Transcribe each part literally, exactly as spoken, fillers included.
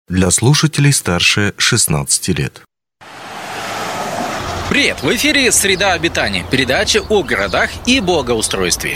для слушателей старше шестнадцати лет. Привет! В эфире «Среда обитания», передача о городах и благоустройстве.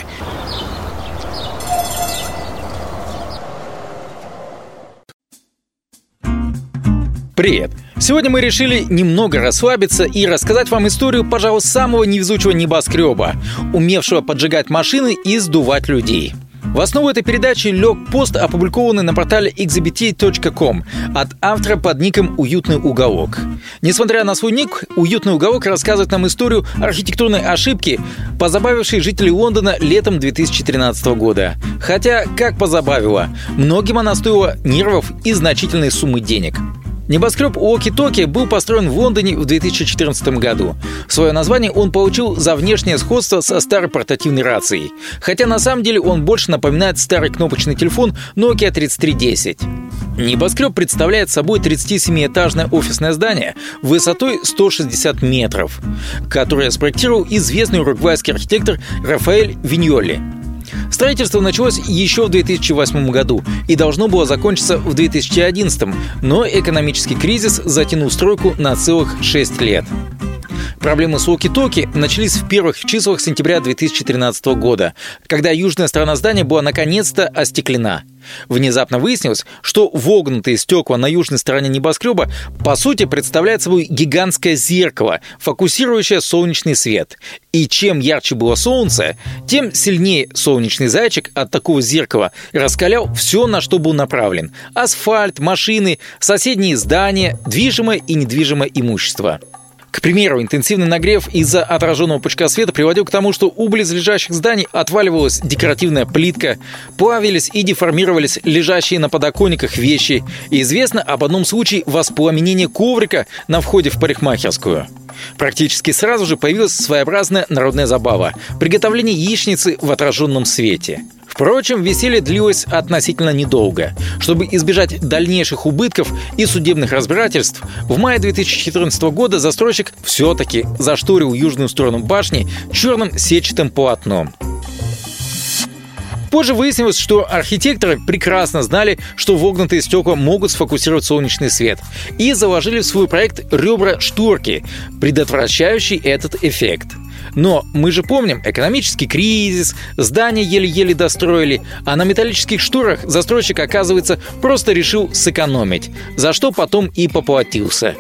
Привет! Сегодня мы решили немного расслабиться и рассказать вам историю, пожалуй, самого невезучего небоскреба, умевшего поджигать машины и сдувать людей. В основу этой передачи лег пост, опубликованный на портале икс би ти точка ком от автора под ником «Уютный уголок». Несмотря на свой ник, «Уютный уголок» рассказывает нам историю архитектурной ошибки, позабавившей жителей Лондона летом две тысячи тринадцатого года. Хотя, как позабавила, многим она стоила нервов и значительной суммы денег. Небоскреб Уоки-Токи был построен в Лондоне в две тысячи четырнадцатом году. Свое название он получил за внешнее сходство со старой портативной рацией. Хотя на самом деле он больше напоминает старый кнопочный телефон Nokia тридцать три десять. Небоскреб представляет собой тридцатисемиэтажное офисное здание высотой сто шестьдесят метров, которое спроектировал известный уругвайский архитектор Рафаэль Виньолли. Строительство началось еще в две тысячи восьмом году и должно было закончиться в две тысячи одиннадцатом, но экономический кризис затянул стройку на целых шесть лет. Проблемы с Уоки-Токи начались в первых числах сентября две тысячи тринадцатого года, когда южная сторона здания была наконец-то остеклена. Внезапно выяснилось, что вогнутые стекла на южной стороне небоскреба по сути представляют собой гигантское зеркало, фокусирующее солнечный свет. И чем ярче было солнце, тем сильнее солнечный зайчик от такого зеркала раскалял все, на что был направлен: асфальт, машины, соседние здания, движимое и недвижимое имущество. К примеру, интенсивный нагрев из-за отраженного пучка света приводил к тому, что у близлежащих зданий отваливалась декоративная плитка, плавились и деформировались лежащие на подоконниках вещи. И известно об одном случае воспламенения коврика на входе в парикмахерскую. Практически сразу же появилась своеобразная народная забава – приготовление яичницы в отраженном свете. Впрочем, веселье длилось относительно недолго. Чтобы избежать дальнейших убытков и судебных разбирательств, в мае две тысячи четырнадцатого года застройщик все-таки зашторил южную сторону башни черным сетчатым полотном. Позже выяснилось, что архитекторы прекрасно знали, что вогнутые стекла могут сфокусировать солнечный свет, и заложили в свой проект ребра-шторки, предотвращающие этот эффект. Но мы же помним экономический кризис, здания еле-еле достроили, а на металлических шторах застройщик, оказывается, просто решил сэкономить, за что потом и поплатился.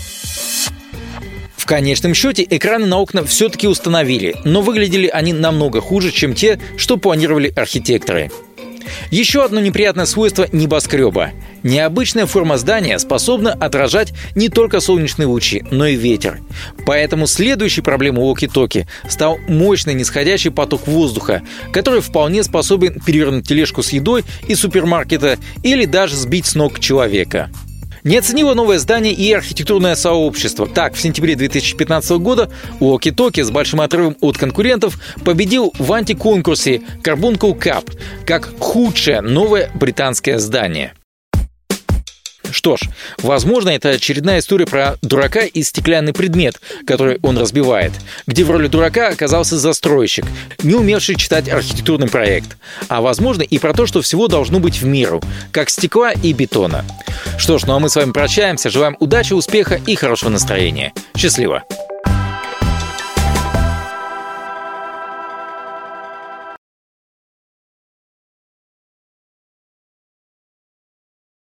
В конечном счете экраны на окна все-таки установили, но выглядели они намного хуже, чем те, что планировали архитекторы. Еще одно неприятное свойство небоскреба. Необычная форма здания способна отражать не только солнечные лучи, но и ветер. Поэтому следующей проблемой Уоки-Токи стал мощный нисходящий поток воздуха, который вполне способен перевернуть тележку с едой из супермаркета или даже сбить с ног человека. Не оценило новое здание и архитектурное сообщество. Так, в сентябре две тысячи пятнадцатого года Уоки-Токи с большим отрывом от конкурентов победил в антиконкурсе Carbuncle Cup как худшее новое британское здание. Что ж, возможно, это очередная история про дурака и стеклянный предмет, который он разбивает, где в роли дурака оказался застройщик, не умевший читать архитектурный проект. А возможно и про то, что всего должно быть в меру, как стекла и бетона. Что ж, ну а мы с вами прощаемся, желаем удачи, успеха и хорошего настроения. Счастливо!